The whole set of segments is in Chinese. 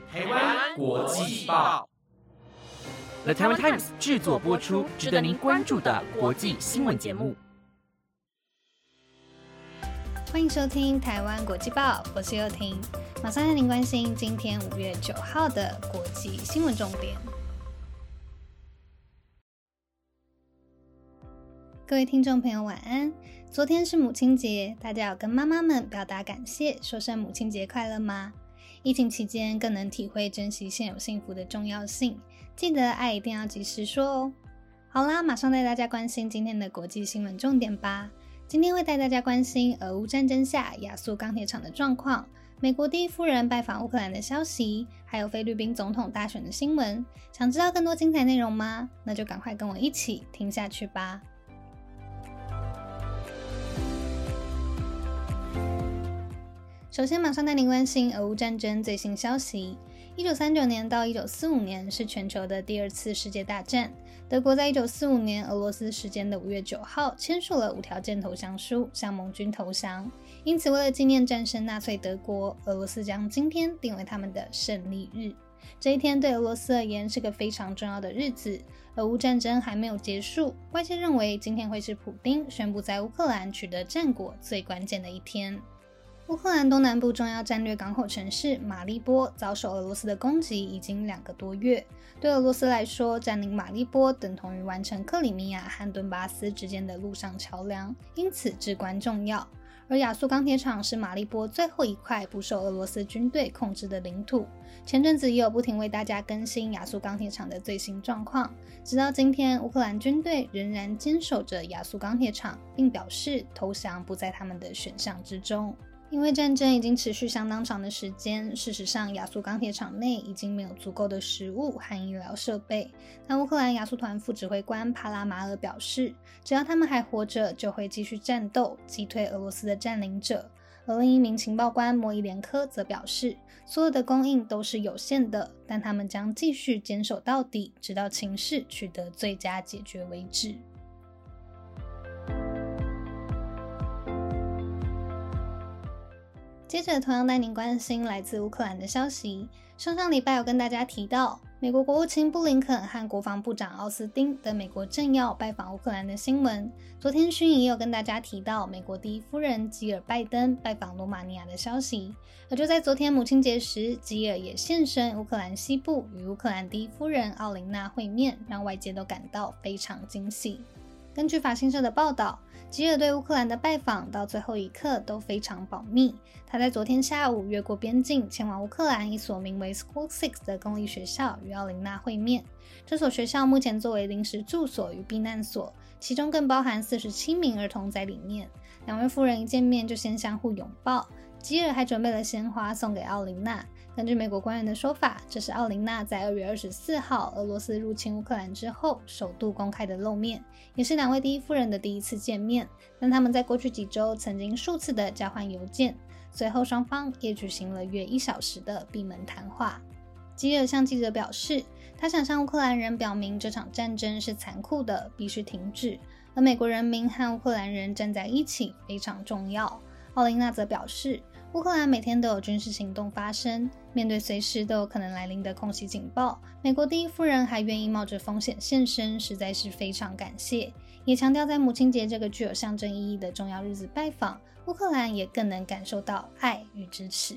台湾国际报 The Taiwan Times 制作播出，值得您关注的国际新闻节目。 欢迎收听台湾国际报，我是佑婷，马上带您关心今天5月9号的国际新闻重点。各位听众朋友晚安，昨天是母亲节，大家有跟妈妈们表达感谢，说声母亲节快乐吗？疫情期间更能体会珍惜现有幸福的重要性，记得爱一定要及时说哦。好啦，马上带大家关心今天的国际新闻重点吧。今天会带大家关心俄乌战争下亚速钢铁厂的状况，美国第一夫人拜访乌克兰的消息，还有菲律宾总统大选的新闻。想知道更多精彩内容吗？那就赶快跟我一起听下去吧。首先马上带您关心俄乌战争最新消息。1939年到1945年是全球的第二次世界大战，德国在1945年俄罗斯时间的5月9号签署了无条件投降书，向盟军投降。因此为了纪念战胜纳粹德国，俄罗斯将今天定为他们的胜利日。这一天对俄罗斯而言是个非常重要的日子，俄乌战争还没有结束，外界认为今天会是普丁宣布在乌克兰取得战果最关键的一天。乌克兰东南部重要战略港口城市马利波遭受俄罗斯的攻击已经2个多月，对俄罗斯来说，占领马利波等同于完成克里米亚和顿巴斯之间的陆上桥梁，因此至关重要。而亚速钢铁厂是马利波最后一块不受俄罗斯军队控制的领土。前阵子也有不停为大家更新亚速钢铁厂的最新状况，直到今天，乌克兰军队仍然坚守着亚速钢铁厂，并表示投降不在他们的选项之中。因为战争已经持续相当长的时间，事实上亚速钢铁厂内已经没有足够的食物和医疗设备。但乌克兰亚速团副指挥官帕拉马尔表示，只要他们还活着，就会继续战斗，击退俄罗斯的占领者。而另一名情报官莫伊连科则表示，所有的供应都是有限的，但他们将继续坚守到底，直到情势取得最佳解决为止。接着同样带您关心来自乌克兰的消息。上礼拜有跟大家提到，美国国务卿布林肯和国防部长奥斯汀等美国政要拜访乌克兰的新闻。昨天讯也有跟大家提到美国第一夫人吉尔拜登拜访罗马尼亚的消息。而就在昨天母亲节时，吉尔也现身乌克兰西部与乌克兰第一夫人奥琳娜会面，让外界都感到非常惊喜。根据法新社的报道，吉尔对乌克兰的拜访到最后一刻都非常保密。他在昨天下午越过边境，前往乌克兰一所名为 School 6的公立学校与奥琳娜会面。这所学校目前作为临时住所与避难所，其中更包含47名儿童在里面。两位夫人一见面就先相互拥抱，吉尔还准备了鲜花送给奥琳娜。根据美国官员的说法，这是奥琳娜在2月24号俄罗斯入侵乌克兰之后首度公开的露面，也是两位第一夫人的第一次见面。但他们在过去几周曾经数次的交换邮件，随后双方也举行了约1小时的闭门谈话。吉尔向记者表示，他想向乌克兰人表明这场战争是残酷的，必须停止，而美国人民和乌克兰人站在一起非常重要。奥琳娜则表示，乌克兰每天都有军事行动发生，面对随时都有可能来临的空袭警报，美国第一夫人还愿意冒着风险现身，实在是非常感谢。也强调在母亲节这个具有象征意义的重要日子拜访，乌克兰也更能感受到爱与支持。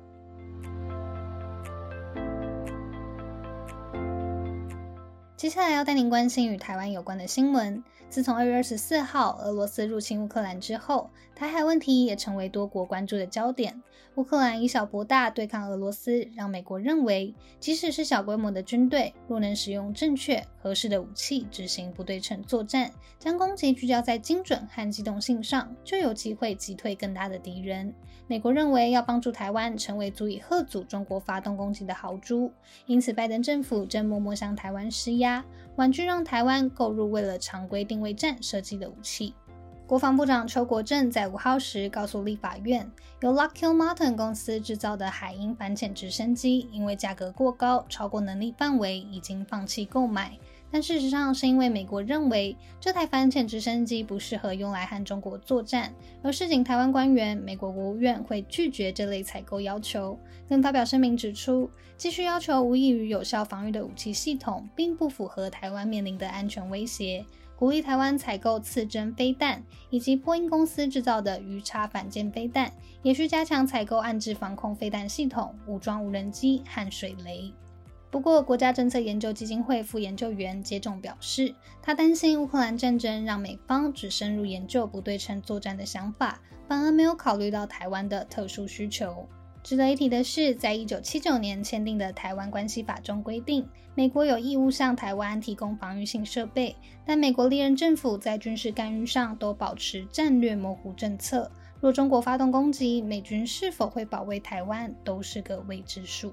接下来要带您关心与台湾有关的新闻。自从2月24号俄罗斯入侵乌克兰之后，台海问题也成为多国关注的焦点。乌克兰以小博大对抗俄罗斯，让美国认为，即使是小规模的军队，若能使用正确合适的武器执行不对称作战，将攻击聚焦在精准和机动性上，就有机会击退更大的敌人。美国认为要帮助台湾成为足以吓阻中国发动攻击的豪猪，因此拜登政府正默默向台湾施压，婉拒让台湾购入为了常规定位战设计的武器。国防部长邱国正在5号时告诉立法院，由 Lockheed Martin 公司制造的海鹰反潜直升机因为价格过高，超过能力范围，已经放弃购买。 但事实上是因为美国认为这台反潜直升机不适合用来和中国作战，而示警台湾官员，美国国务院会拒绝这类采购要求，更发表声明指出，继续要求无异于有效防御的武器系统并不符合台湾面临的安全威胁，鼓励台湾采购刺针飞弹以及波音公司制造的鱼叉反舰飞弹，也需加强采购岸置防空飞弹系统、武装无人机和水雷。不过，国家政策研究基金会副研究员接种表示，他担心乌克兰战争让美方只深入研究不对称作战的想法，反而没有考虑到台湾的特殊需求。值得一提的是，在1979年签订的台湾关系法中规定，美国有义务向台湾提供防御性设备，但美国历任政府在军事干预上都保持战略模糊政策。若中国发动攻击，美军是否会保卫台湾，都是个未知数。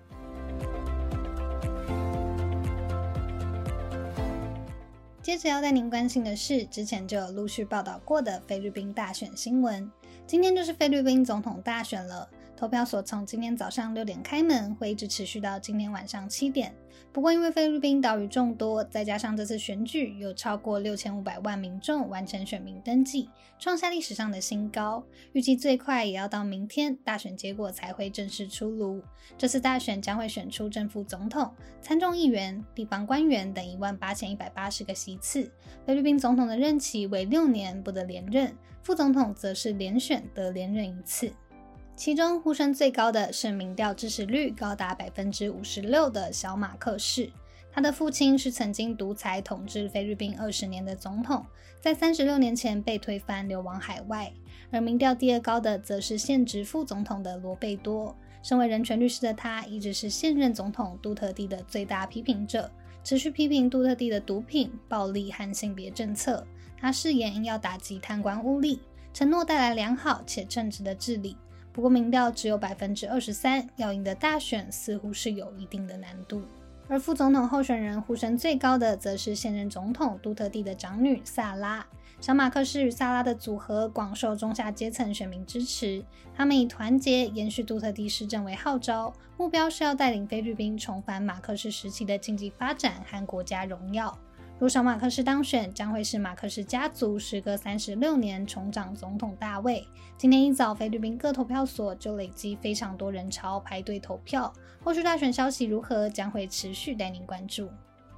接着要带您关心的是，之前就有陆续报道过的菲律宾大选新闻。今天就是菲律宾总统大选了，投票所从今天早上6点开门，会一直持续到今天晚上7点。不过因为菲律宾岛屿众多，再加上这次选举有超过6500万民众完成选民登记，创下历史上的新高，预计最快也要到明天大选结果才会正式出炉。这次大选将会选出正副总统、参众议员、地方官员等18180个席次。菲律宾总统的任期为6年，不得连任，副总统则是连选得连任1次。其中呼声最高的是民调支持率高达 56% 的小马克士，他的父亲是曾经独裁统治菲律宾20年的总统，在36年前被推翻流亡海外。而民调第二高的则是现职副总统的罗贝多，身为人权律师的他一直是现任总统杜特地的最大批评者，持续批评杜特地的毒品、暴力和性别政策。他誓言要打击贪官污吏，承诺带来良好且称职的治理。不过民调只有 23%， 要赢得大选似乎是有一定的难度。而副总统候选人呼声最高的则是现任总统杜特地的长女萨拉。小马克士与萨拉的组合广受中下阶层选民支持，他们以团结延续杜特地施政为号召，目标是要带领菲律宾重返马克士时期的经济发展和国家荣耀。若小马克士当选，将会是马克士家族时隔36年重掌总统大位。今天一早，菲律宾各投票所就累积非常多人潮排队投票，后续大选消息如何，将会持续带您关注。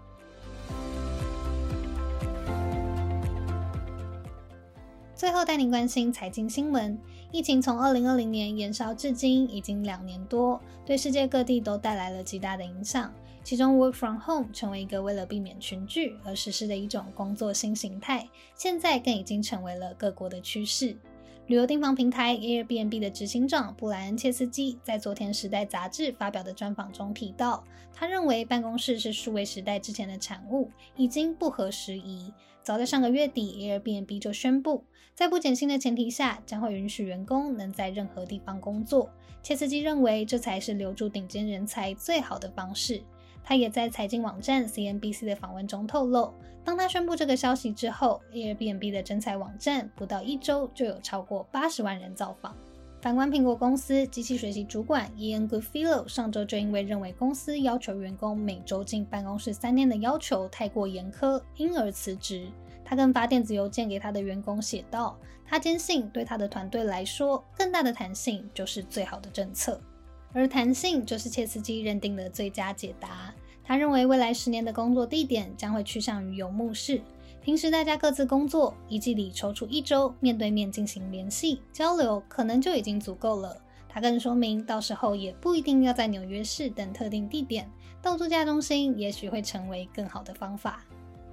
最后带您关心财经新闻。疫情从2020年延烧至今已经2年多，对世界各地都带来了极大的影响。其中 Work from Home 成为一个为了避免群聚而实施的一种工作新形态，现在更已经成为了各国的趋势。旅游订房平台 Airbnb 的执行长布莱恩·切斯基在昨天《时代》杂志发表的专访中提到，他认为办公室是数位时代之前的产物，已经不合时宜。早在上个月底 Airbnb 就宣布，在不减薪的前提下，将会允许员工能在任何地方工作。切斯基认为，这才是留住顶尖人才最好的方式。他也在财经网站 CNBC 的访问中透露，当他宣布这个消息之后， Airbnb 的征才网站不到1周就有超过80万人造访。反观苹果公司机器学习主管 Ian Goodfellow 上周就因为认为公司要求员工每周进办公室3天的要求太过严苛，因而辞职。他更发电子邮件给他的员工写道，他坚信对他的团队来说，更大的弹性就是最好的政策。而弹性就是切斯基认定的最佳解答。他认为未来10年的工作地点将会趋向于游牧式，平时大家各自工作，一季里抽出1周面对面进行联系交流，可能就已经足够了。他更说明，到时候也不一定要在纽约市等特定地点，到度假中心也许会成为更好的方法。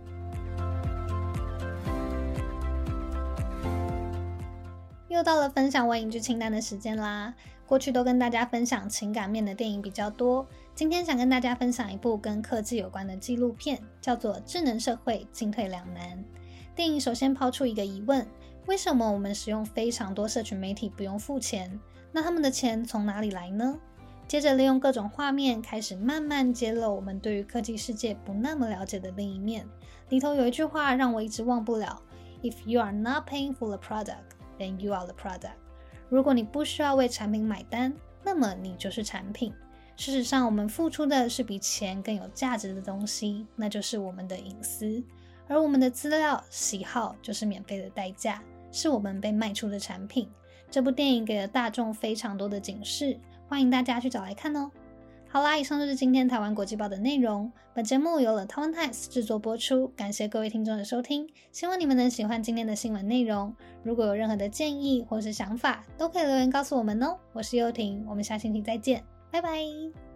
又到了分享我影剧清单的时间啦。过去都跟大家分享情感面的电影比较多，今天想跟大家分享一部跟科技有关的纪录片，叫做《智能社会进退两难》。电影首先抛出一个疑问，为什么我们使用非常多社群媒体不用付钱？那他们的钱从哪里来呢？接着利用各种画面开始慢慢揭露我们对于科技世界不那么了解的另一面。里头有一句话让我一直忘不了， If you are not paying for the product, then you are the product。 如果你不需要为产品买单，那么你就是产品。 事实上，我们付出的是比钱更有价值的东西，那就是我们的隐私。而我们的资料、喜好就是免费的代价，是我们被卖出的产品。这部电影给了大众非常多的警示，欢迎大家去找来看哦。好啦，以上就是今天台湾国际报的内容。本节目由了台湾 Times 制作播出，感谢各位听众的收听，希望你们能喜欢今天的新闻内容。如果有任何的建议或是想法，都可以留言告诉我们哦。我是幼婷，我们下星期再见，拜拜。